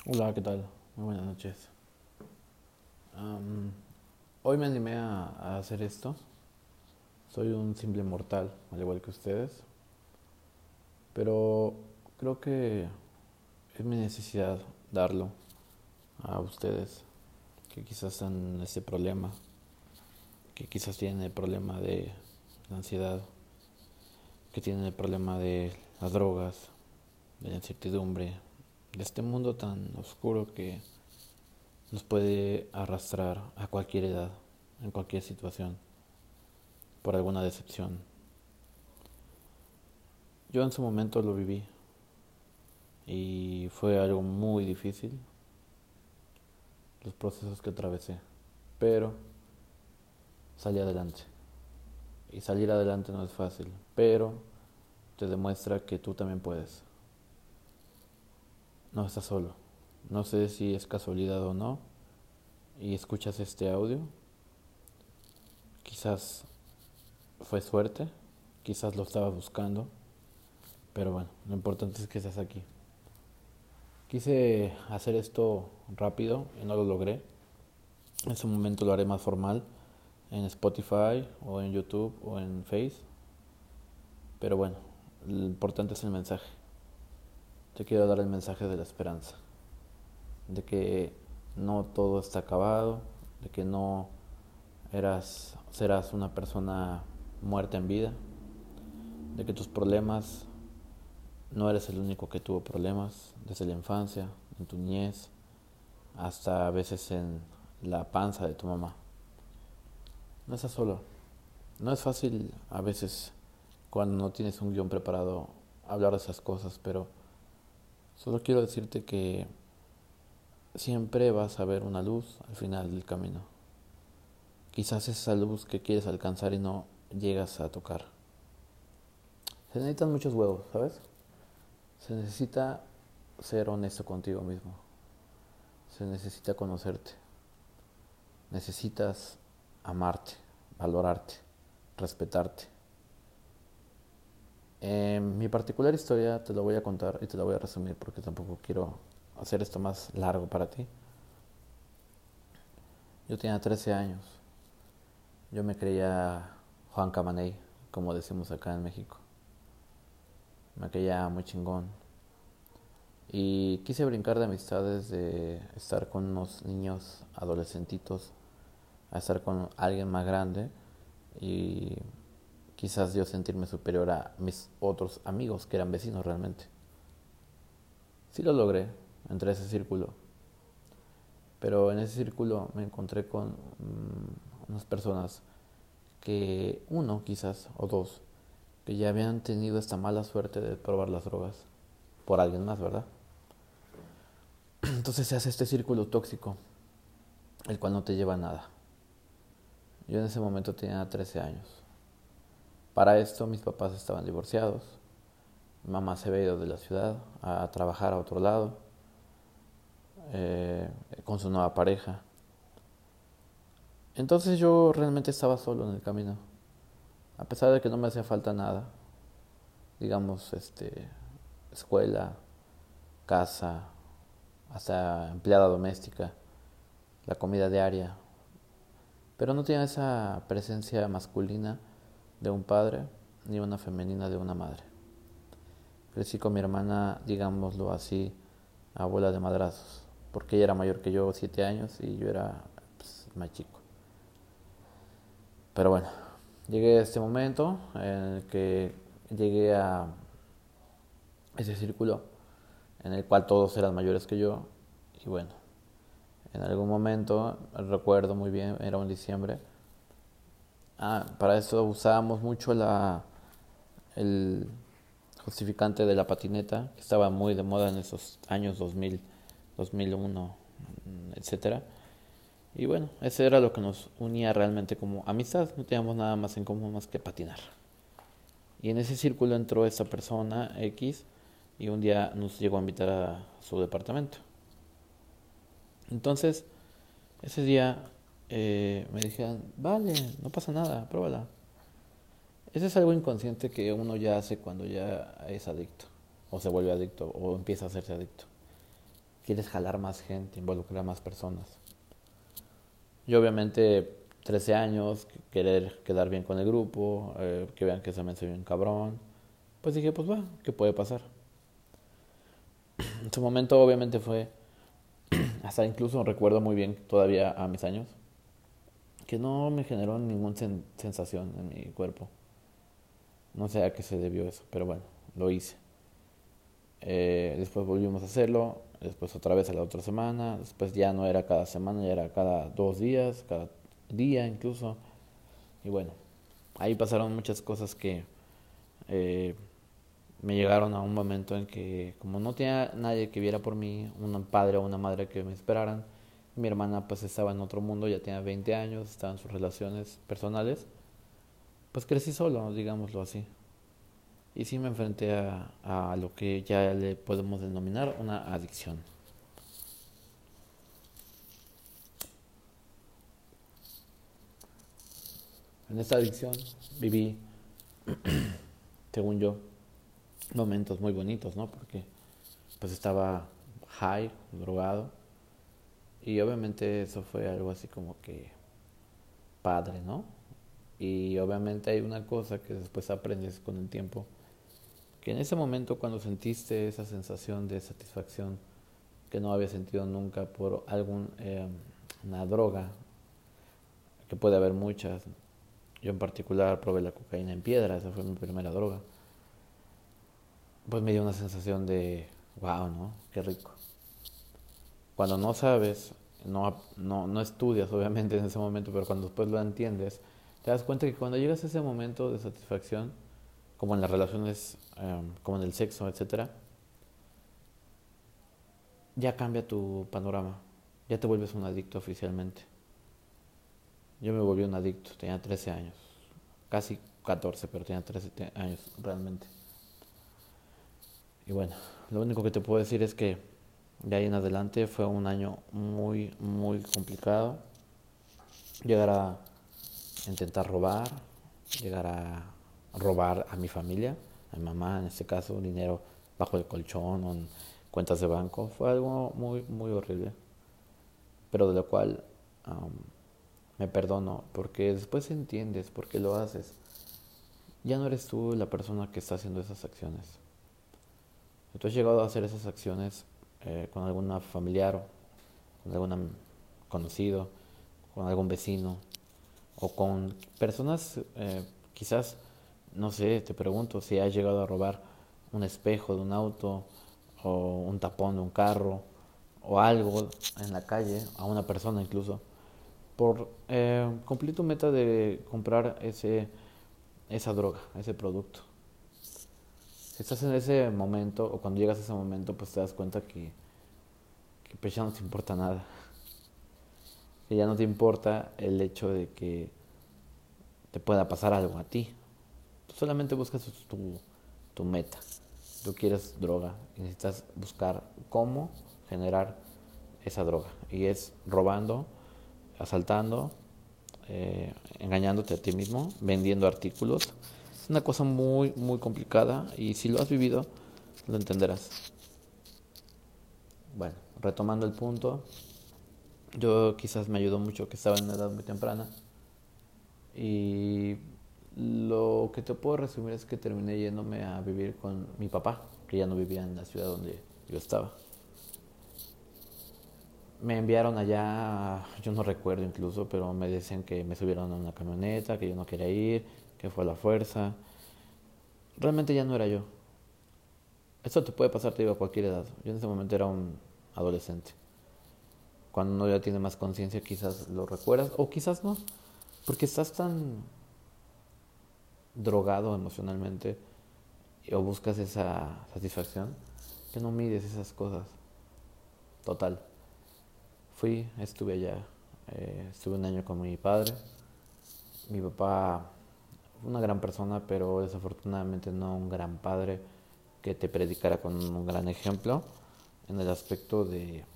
Hola, ¿qué tal? Muy buenas noches. Am, Hoy me animé a hacer esto. Soy un simple mortal, al igual que ustedes, pero creo que es mi necesidad darlo a ustedes que quizás están en ese problema, que quizás tienen el problema de la ansiedad, que tienen el problema de las drogas, de la incertidumbre, de este mundo tan oscuro que nos puede arrastrar a cualquier edad, en cualquier situación, por alguna decepción. Yo en su momento lo viví y fue algo muy difícil los procesos que atravesé, pero salí adelante. Y salir adelante no es fácil, pero te demuestra que tú también puedes. No estás solo. No sé si es casualidad o no y escuchas este audio. Quizás fue suerte, quizás lo estabas buscando, pero bueno, lo importante es que estás aquí. Quise hacer esto rápido y no lo logré. En su momento lo haré más formal en Spotify o en YouTube o en Face. Pero bueno, lo importante es el mensaje. Te quiero dar el mensaje de la esperanza. De que no todo está acabado. De que no serás una persona muerta en vida. De que tus problemas, no eres el único que tuvo problemas desde la infancia, en tu niñez, hasta a veces en la panza de tu mamá. No estás solo. No es fácil a veces cuando no tienes un guión preparado hablar de esas cosas, pero solo quiero decirte que siempre vas a ver una luz al final del camino. Quizás esa luz que quieres alcanzar y no llegas a tocar. Se necesitan muchos huevos, ¿sabes? Se necesita ser honesto contigo mismo. Se necesita conocerte. Necesitas amarte, valorarte, respetarte. Mi particular historia te la voy a contar y te la voy a resumir porque tampoco quiero hacer esto más largo para ti. Yo tenía 13 años. Yo me creía Juan Camaney, como decimos acá en México. Me creía muy chingón. Y quise brincar de amistades, de estar con unos niños adolescentitos, a estar con alguien más grande y quizás yo sentirme superior a mis otros amigos que eran vecinos realmente. Sí lo logré, entré a ese círculo, pero en ese círculo me encontré con unas personas que uno quizás o dos que ya habían tenido esta mala suerte de probar las drogas por alguien más, ¿verdad? Entonces se hace este círculo tóxico, el cual no te lleva a nada. Yo en ese momento tenía 13 años. Para esto mis papás estaban divorciados, mi mamá se había ido de la ciudad a trabajar a otro lado con su nueva pareja. Entonces yo realmente estaba solo en el camino, a pesar de que no me hacía falta nada, digamos, escuela, casa, hasta empleada doméstica, la comida diaria, pero no tenía esa presencia masculina de un padre ni una femenina de una madre. Crecí con mi hermana, digámoslo así, abuela de madrazos, porque ella era mayor que yo, 7 años, y yo era pues, más chico. Pero bueno, llegué a este momento en el que llegué a ese círculo en el cual todos eran mayores que yo, y bueno, en algún momento, recuerdo muy bien, era un diciembre. Para eso usábamos mucho el justificante de la patineta, que estaba muy de moda en esos años 2000, 2001, etcétera. Y bueno, eso era lo que nos unía realmente como amistad, no teníamos nada más en común más que patinar. Y en ese círculo entró esta persona X y un día nos llegó a invitar a su departamento. Entonces, ese día me dijeron, vale, no pasa nada, pruébala. Eso es algo inconsciente que uno ya hace cuando ya es adicto, o se vuelve adicto, o empieza a hacerse adicto. quieres jalar más gente, involucrar a más personas. Yo obviamente 13 años, querer quedar bien con el grupo, que vean que también soy un cabrón, pues dije, pues va, ¿qué puede pasar? En su momento obviamente fue, hasta incluso recuerdo muy bien todavía a mis años, que no me generó ninguna sensación en mi cuerpo. No sé a qué se debió eso, pero bueno, lo hice. Después volvimos a hacerlo, después otra vez a la otra semana, después ya no era cada semana, ya era cada 2 días, cada día incluso. Y bueno, ahí pasaron muchas cosas que eh, me llegaron a un momento en que como no tenía nadie que viera por mí, un padre o una madre que me esperaran, mi hermana pues estaba en otro mundo, ya tenía 20 años, estaba en sus relaciones personales, pues crecí solo, digámoslo así. Y sí me enfrenté a lo que ya le podemos denominar una adicción. En esta adicción viví, según yo, momentos muy bonitos, ¿no? Porque pues estaba high, drogado, y obviamente eso fue algo así como que padre, ¿no? Y obviamente hay una cosa que después aprendes con el tiempo, que en ese momento cuando sentiste esa sensación de satisfacción que no había sentido nunca por una droga, que puede haber muchas. Yo en particular probé la cocaína en piedra, esa fue mi primera droga. Pues me dio una sensación de, wow, ¿no? Qué rico. Cuando no sabes, no estudias obviamente en ese momento, pero cuando después lo entiendes, te das cuenta que cuando llegas a ese momento de satisfacción, como en las relaciones, como en el sexo, etcétera, ya cambia tu panorama. Ya te vuelves un adicto oficialmente. Yo me volví un adicto, tenía 13 años. Casi 14, pero tenía 13 años realmente. Y bueno, lo único que te puedo decir es que de ahí en adelante fue un año muy, muy complicado. Llegar a intentar robar, llegar a robar a mi familia, a mi mamá en este caso, dinero bajo el colchón o en cuentas de banco. Fue algo muy, muy horrible, pero de lo cual me perdono, porque después entiendes por qué lo haces. Ya no eres tú la persona que está haciendo esas acciones. Si tú has llegado a hacer esas acciones con alguna familiar, con algún conocido, con algún vecino o con personas, quizás, no sé, te pregunto si has llegado a robar un espejo de un auto o un tapón de un carro o algo en la calle, a una persona incluso, por cumplir tu meta de comprar esa droga, ese producto. Si estás en ese momento o cuando llegas a ese momento, pues te das cuenta que pues ya no te importa nada. Que ya no te importa el hecho de que te pueda pasar algo a ti. Tú solamente buscas tu meta. Tú quieres droga y necesitas buscar cómo generar esa droga. Y es robando, asaltando, engañándote a ti mismo, vendiendo artículos. Es una cosa muy, muy complicada y si lo has vivido, lo entenderás. Bueno, retomando el punto, yo quizás me ayudó mucho que estaba en una edad muy temprana y lo que te puedo resumir es que terminé yéndome a vivir con mi papá, que ya no vivía en la ciudad donde yo estaba. Me enviaron allá, yo no recuerdo incluso, pero me decían que me subieron a una camioneta, que yo no quería ir, que fue a la fuerza. Realmente ya no era yo. Esto te puede pasar, te digo, a cualquier edad. Yo en ese momento era un adolescente. Cuando uno ya tiene más conciencia quizás lo recuerdas o quizás no, porque estás tan drogado emocionalmente o buscas esa satisfacción que no mides esas cosas. Total. Estuve allá, estuve un año con mi padre. Mi papá fue una gran persona, pero desafortunadamente no un gran padre que te predicara con un gran ejemplo en el aspecto de